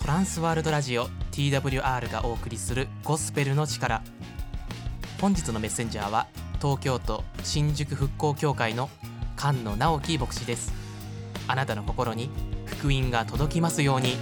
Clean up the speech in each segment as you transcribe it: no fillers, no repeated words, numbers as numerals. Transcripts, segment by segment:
トランスワールドラジオ TWR がお送りするゴスペルの力。本日のメッセンジャーは東京都新宿復興協会の菅野直樹牧師です。あなたの心に福音が届きますように。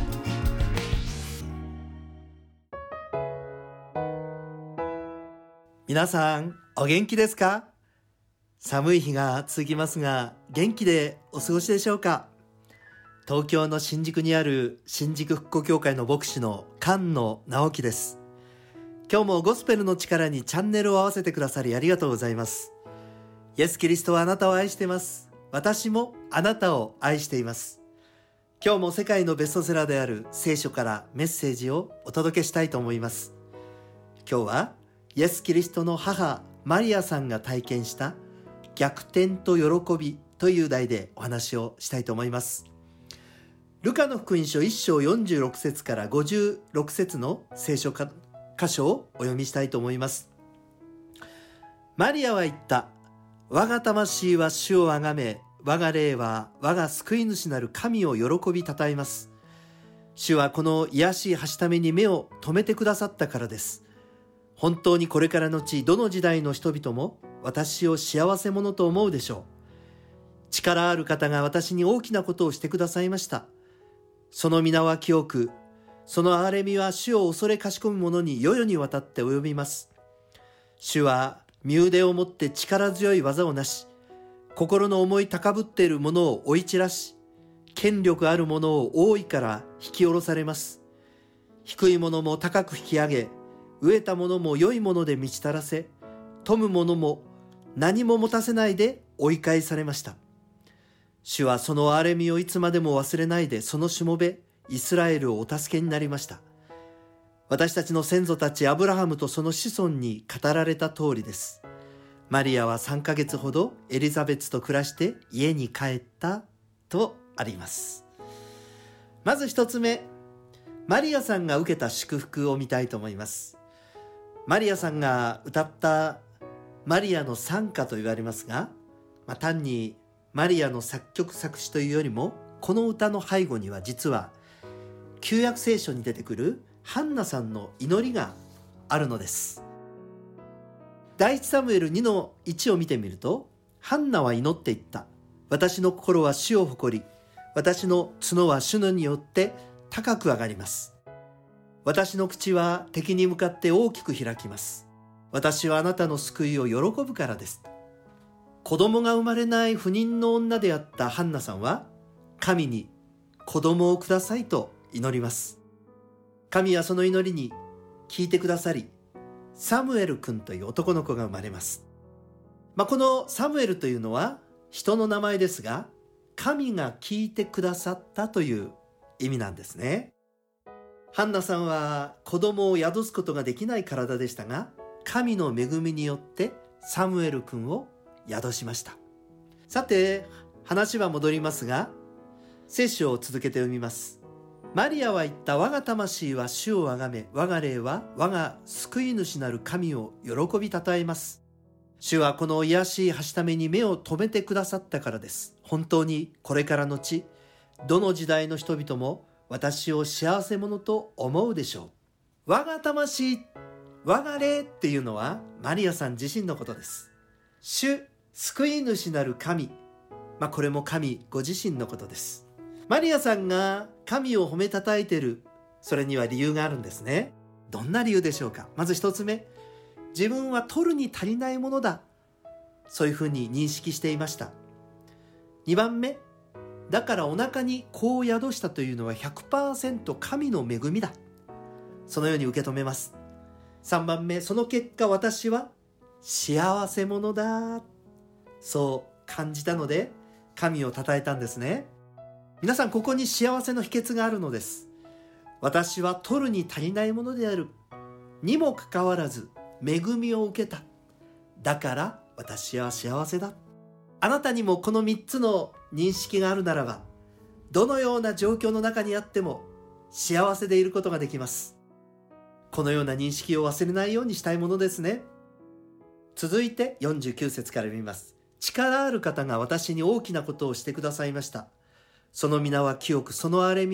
皆さんお元気ですか？寒い日が続きますが元気でお過ごしでしょうか？東京の新宿にある新宿復興協会の牧師の菅野直樹です。今日もゴスペルの力にチャンネルを合わせてくださりありがとうございます。イエス・キリストはあなたを愛しています。私もあなたを愛しています。今日も世界のベストセラーである聖書からメッセージをお届けしたいと思います。今日はイエス・キリストの母マリアさんが体験した逆転と喜びという題でお話をしたいと思います。ルカの福音書1章46節から56節の聖書箇所をお読みしたいと思います。マリアは言った。我が魂は主をあがめ、我が霊は我が救い主なる神を喜びたたえます。主はこの卑しいはしために目を留めてくださったからです。本当にこれからのちどの時代の人々も私を幸せ者と思うでしょう。力ある方が私に大きなことをしてくださいました。その皆は清く、その憐れみは主を恐れかしこむ者に世々にわたって及びます。主は身腕をもって力強い技をなし、心の思い高ぶっている者を追い散らし、権力ある者を大いから引き下ろされます。低い者も高く引き上げ、飢えた者も良いもので満ち足らせ、富む者も何も持たせないで追い返されました。主はその憐れみをいつまでも忘れないで、そのしもべイスラエルをお助けになりました。私たちの先祖たちアブラハムとその子孫に語られた通りです。マリアは3ヶ月ほどエリザベツと暮らして家に帰ったとあります。まず一つ目、マリアさんが受けた祝福を見たいと思います。マリアさんが歌ったマリアの賛歌と言われますが、単にマリアの作曲作詞というよりも、この歌の背後には実は旧約聖書に出てくるハンナさんの祈りがあるのです。第一サムエル2の1を見てみると、ハンナは祈っていった。私の心は主を誇り、私の角は主のによって高く上がります。私の口は敵に向かって大きく開きます。私はあなたの救いを喜ぶからです。子供が生まれない不妊の女であったハンナさんは、神に子供をくださいと祈ります。神はその祈りに聞いてくださり、サムエル君という男の子が生まれます。このサムエルというのは人の名前ですが、神が聞いてくださったという意味なんですね。ハンナさんは子供を宿すことができない体でしたが、神の恵みによってサムエル君を宿しました。さて、話は戻りますが、聖書を続けて読みます。マリアは言った。我が魂は主をあがめ、我が霊は我が救い主なる神を喜びたたえます。主はこの卑しいはしために目を留めてくださったからです。本当にこれからのち、どの時代の人々も私を幸せ者と思うでしょう。我が魂、我が霊っていうのはマリアさん自身のことです。主、救い主なる神、これも神ご自身のことです。マリアさんが神を褒めたたえている、それには理由があるんですね。どんな理由でしょうか？まず一つ目、自分は取るに足りないものだ、そういうふうに認識していました。2番目、だからお腹に子を宿したというのは 100% 神の恵みだ、そのように受け止めます。3番目、その結果私は幸せ者だ、そう感じたので神を称えたんですね。皆さん、ここに幸せの秘訣があるのです。私は取るに足りないものであるにもかかわらず恵みを受けた、だから私は幸せだ。あなたにもこの3つの認識があるならば、どのような状況の中にあっても幸せでいることができます。このような認識を忘れないようにしたいものですね。続いて49節から見ます。力ある方が私に大きなことをしてくださいました。その皆は清く、その憐れみは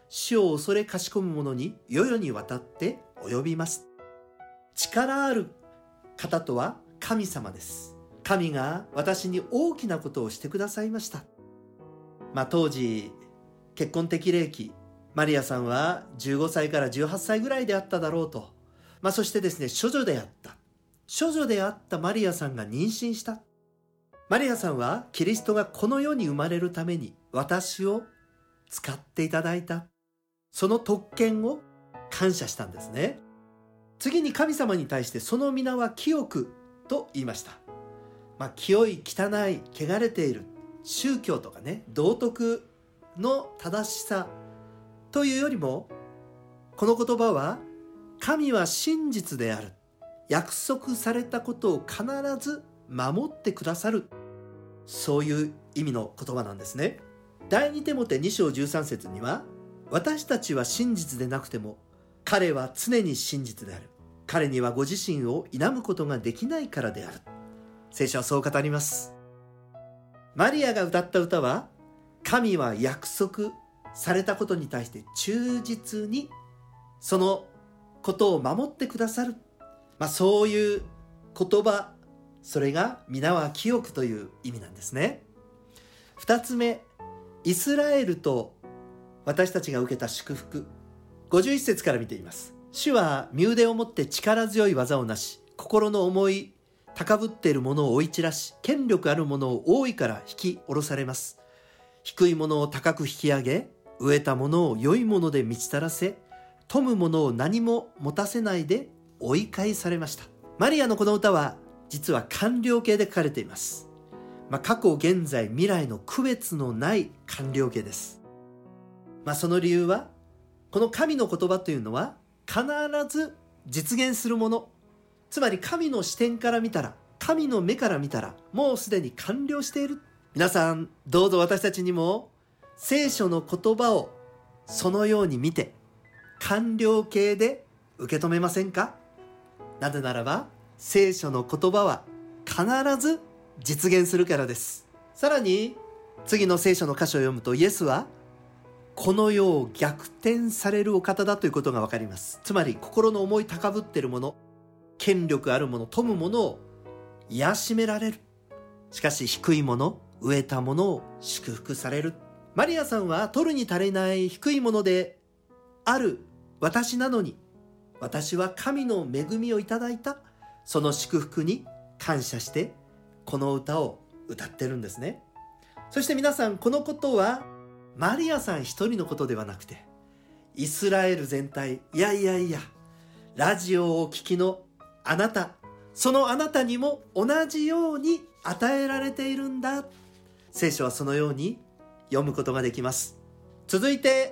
死を恐れかしこむ者に世々にわたって及びます。力ある方とは神様です。神が私に大きなことをしてくださいました。当時結婚適齢期、マリアさんは15歳から18歳ぐらいであっただろうと。そしてですね、処女であったマリアさんが妊娠した。マリアさんはキリストがこの世に生まれるために私を使っていただいた。その特権を感謝したんですね。次に神様に対してその皆は清くと言いました。清い、汚い、汚れている、宗教とかね、道徳の正しさというよりも、この言葉は神は真実である、約束されたことを必ず守ってくださる、そういう意味の言葉なんですね。第2テモテ2章13節には、私たちは真実でなくても彼は常に真実である、彼にはご自身を否むことができないからである。聖書はそう語ります。マリアが歌った歌は、神は約束されたことに対して忠実にそのことを守ってくださる、そういう言葉、それが皆は清くという意味なんですね。2つ目、イスラエルと私たちが受けた祝福、51節から見ています。主は身腕を持って力強い技をなし、心の思い高ぶっている者を追い散らし、権力ある者を大いから引き下ろされます。低い者を高く引き上げ、飢えた者を良いもので満ち足らせ、富む者を何も持たせないで追い返されました。マリアのこの歌は実は完了形で書かれています。過去、現在、未来の区別のない完了形です。その理由は、この神の言葉というのは必ず実現するもの、つまり神の視点から見たら、神の目から見たら、もうすでに完了している。皆さん、どうぞ私たちにも聖書の言葉をそのように見て、完了形で受け止めませんか？なぜならば、聖書の言葉は必ず実現するからです。さらに次の聖書の箇所を読むと、イエスはこの世を逆転されるお方だということがわかります。つまり心の思い高ぶっているもの、権力あるもの、富むものを癒しめられる。しかし低いもの、飢えたものを祝福される。マリアさんは取るに足りない低いものである私なのに、私は神の恵みをいただいた、その祝福に感謝してこの歌を歌ってるんですね。そして皆さん、このことはマリアさん一人のことではなくて、イスラエル全体、いやラジオをお聞きのあなた、そのあなたにも同じように与えられているんだ。聖書はそのように読むことができます。続いて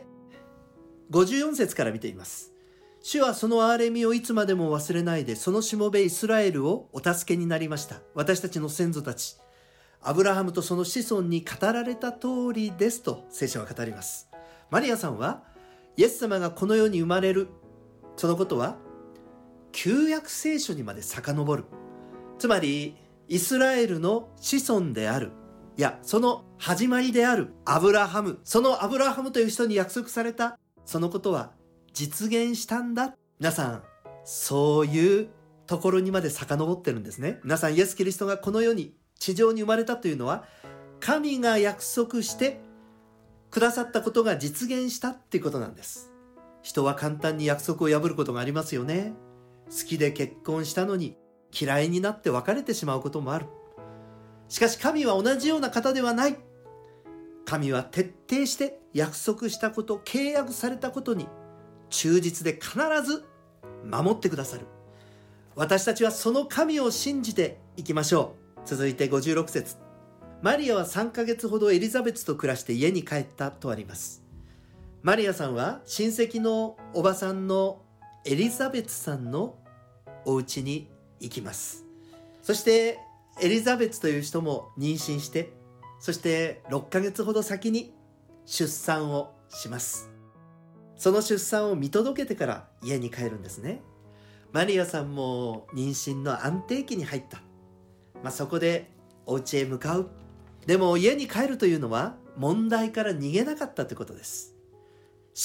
54節から見ています。主はその憐れみをいつまでも忘れないで、そのしもべイスラエルをお助けになりました。私たちの先祖たち、アブラハムとその子孫に語られた通りですと聖書は語ります。マリアさんはイエス様がこの世に生まれる、そのことは旧約聖書にまで遡る。つまりイスラエルの子孫である、その始まりであるアブラハム、そのアブラハムという人に約束されたそのことは実現したんだ。皆さん、そういうところにまで遡ってるんですね。皆さん、イエス・キリストがこの世に地上に生まれたというのは、神が約束してくださったことが実現したっていうことなんです。人は簡単に約束を破ることがありますよね。好きで結婚したのに嫌いになって別れてしまうこともある。しかし神は同じような方ではない。神は徹底して約束したこと、契約されたことに忠実で必ず守ってくださる。私たちはその神を信じていきましょう。続いて56節。マリアは3ヶ月ほどエリザベツと暮らして家に帰ったとあります。マリアさんは親戚のおばさんのエリザベツさんのお家に行きます。そしてエリザベツという人も妊娠して、そして6ヶ月ほど先に出産をします。その出産を見届けてから家に帰るんですね。マリアさんも妊娠の安定期に入った。そこでお家へ向かう。でも家に帰るというのは問題から逃げなかったということです。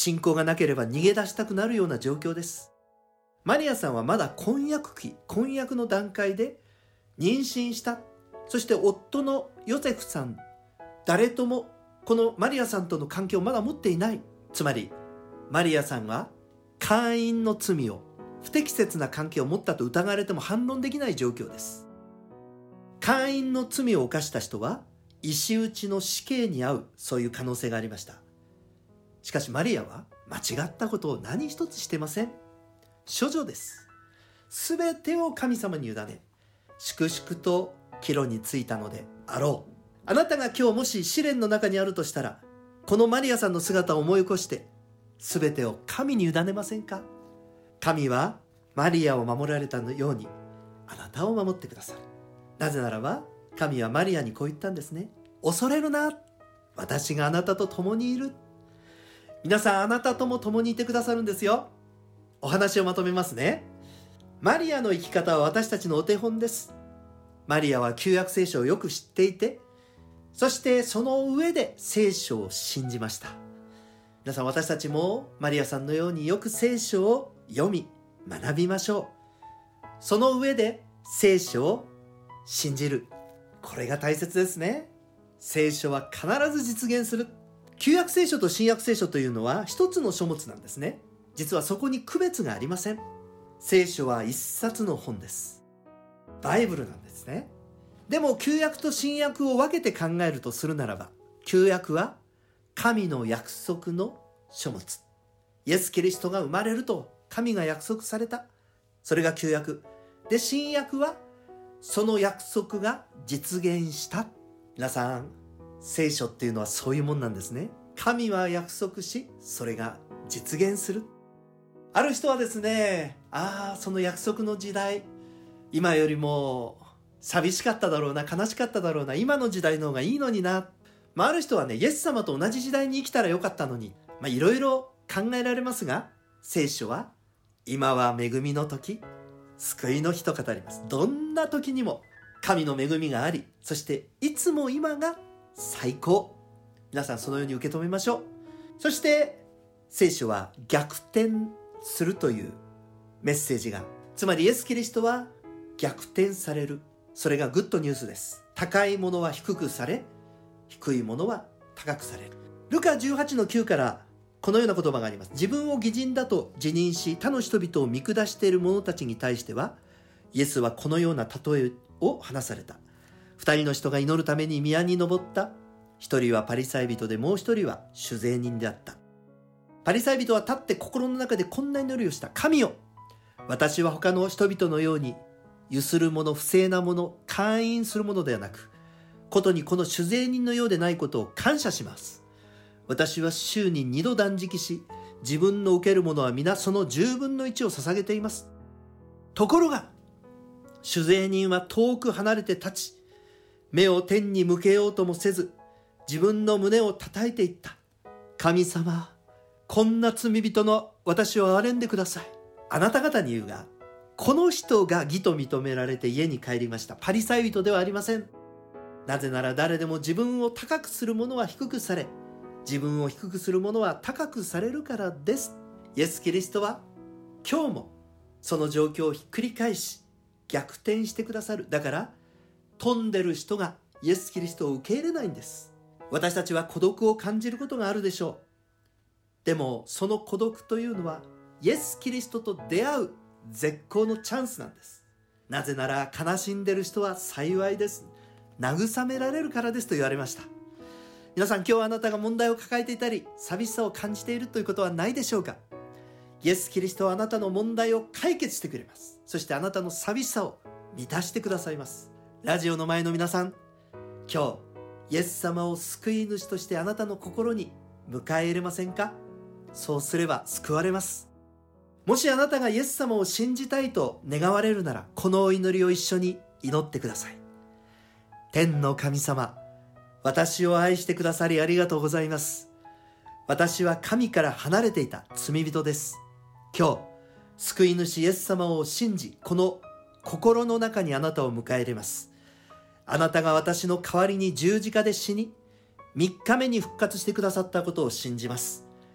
信仰がなければ逃げ出したくなるような状況です。マリアさんはまだ婚約の段階で妊娠した。そして夫のヨゼフさん、誰ともこのマリアさんとの関係をまだ持っていない。つまりマリアさんはカインの罪を、不適切な関係を持ったと疑われても反論できない状況です。カインの罪を犯した人は石打ちの死刑に遭う、そういう可能性がありました。しかしマリアは間違ったことを何一つしてません。処女です。すべてを神様に委ね、粛々と帰路に着いたのであろう。あなたが今日もし試練の中にあるとしたら、このマリアさんの姿を思い起こしてすべてを神に委ねませんか。神はマリアを守られたようにあなたを守ってくださる。なぜならば神はマリアにこう言ったんですね。恐れるな、私があなたと共にいる。皆さん、あなたとも共にいてくださるんですよ。お話をまとめますね。マリアの生き方は私たちのお手本です。マリアは旧約聖書をよく知っていて、そしてその上で聖書を信じました。皆さん、私たちもマリアさんのようによく聖書を読み学びましょう。その上で聖書を信じる、これが大切ですね。聖書は必ず実現する。旧約聖書と新約聖書というのは一つの書物なんですね。実はそこに区別がありません。聖書は一冊の本です。バイブルなんですね。でも旧約と新約を分けて考えるとするならば、旧約は神の約束の書物。イエス・キリストが生まれると神が約束された。それが旧約。で、新約はその約束が実現した。皆さん、聖書っていうのはそういうもんなんですね。神は約束し、それが実現する。ある人はですね、その約束の時代、今よりも寂しかっただろうな、悲しかっただろうな、今の時代の方がいいのにな。ある人はね、イエス様と同じ時代に生きたらよかったのに、いろいろ考えられますが、聖書は今は恵みの時、救いの日と語ります。どんな時にも神の恵みがあり、そしていつも今が最高。皆さん、そのように受け止めましょう。そして聖書は逆転するというメッセージが、つまりイエス・キリストは逆転される。それがグッドニュースです。高いものは低くされ、低いものは高くされる。ルカ 18-9 からこのような言葉があります。自分を義人だと自認し、他の人々を見下している者たちに対しては、イエスはこのような例えを話された。二人の人が祈るために宮に登った。一人はパリサイ人で、もう一人は酒税人であった。パリサイ人は立って心の中でこんな祈りをした。神よ、私は他の人々のようにゆするもの、不正なもの、姦淫するものではなく、ことにこの酒税人のようでないことを感謝します。私は週に2度断食し、自分の受けるものは皆その10分の1を捧げています。ところが酒税人は遠く離れて立ち、目を天に向けようともせず、自分の胸を叩いていった。神様、こんな罪人の私を憐れんでください。あなた方に言うが、この人が義と認められて家に帰りました。パリサイ人ではありません。なぜなら誰でも自分を高くする者は低くされ、自分を低くする者は高くされるからです。イエス・キリストは今日もその状況をひっくり返し逆転してくださる。だから飛んでる人がイエス・キリストを受け入れないんです。私たちは孤独を感じることがあるでしょう。でもその孤独というのはイエス・キリストと出会う絶好のチャンスなんです。なぜなら悲しんでる人は幸いです、慰められるからですと言われました。皆さん、今日あなたが問題を抱えていたり寂しさを感じているということはないでしょうか。イエス・キリストはあなたの問題を解決してくれます。そしてあなたの寂しさを満たしてくださいます。ラジオの前の皆さん、今日イエス様を救い主としてあなたの心に迎え入れませんか。そうすれば救われます。もしあなたがイエス様を信じたいと願われるなら、このお祈りを一緒に祈ってください。天の神様、私を愛してくださりありがとうございます。私は神から離れていた罪人です。今日、救い主イエス様を信じ、この心の中にあなたを迎え入れます。あなたが私の代わりに十字架で死に、3日目に復活してくださったことを信じます。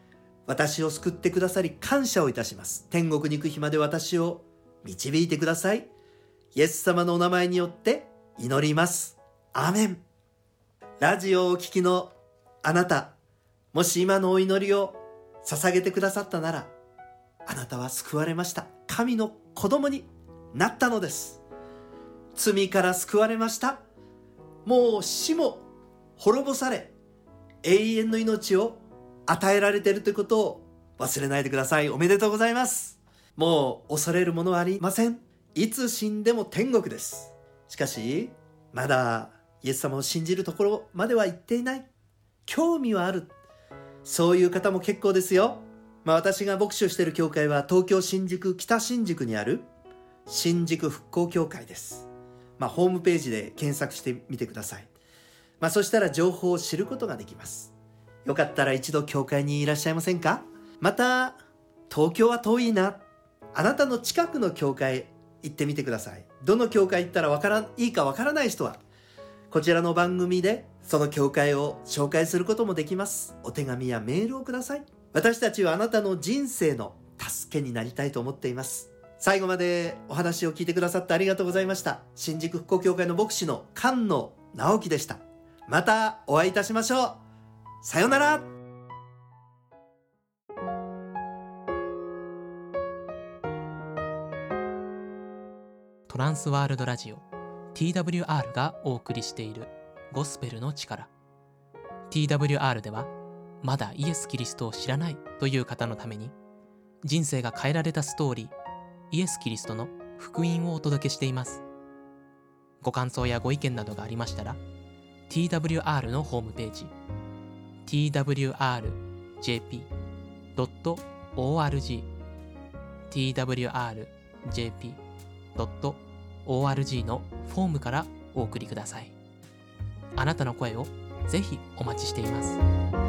私を救ってくださり感謝をいたします。天国に行く日まで私を導いてください。イエス様のお名前によって祈ります。アーメン。ラジオをお聞きのあなた、もし今のお祈りを捧げてくださったなら、あなたは救われました。神の子供になったのです。罪から救われました。もう死も滅ぼされ、永遠の命を与えられているということを忘れないでください。おめでとうございます。もう恐れるものはありません。いつ死んでも天国です。しかし、まだイエス様を信じるところまでは行っていない。興味はある。そういう方も結構ですよ。私が牧師をしている教会は東京新宿北新宿にある新宿復興協会です。ホームページで検索してみてください。そしたら情報を知ることができます。よかったら一度教会にいらっしゃいませんか？また、東京は遠いな。あなたの近くの教会行ってみてください。どの教会行ったらいいかわからない人は、こちらの番組でその教会を紹介することもできます。お手紙やメールをください。私たちはあなたの人生の助けになりたいと思っています。最後までお話を聞いてくださってありがとうございました。新宿復興協会の牧師の菅野直樹でした。またお会いいたしましょう。さようなら。 トランスワールドラジオ TWR がお送りしているゴスペルの力。 TWR ではまだイエス・キリストを知らないという方のために、人生が変えられたストーリー、イエス・キリストの福音をお届けしています。ご感想やご意見などがありましたら、TWR のホームページ twrjp.org twrjp.org のフォームからお送りください。あなたの声をぜひお待ちしています。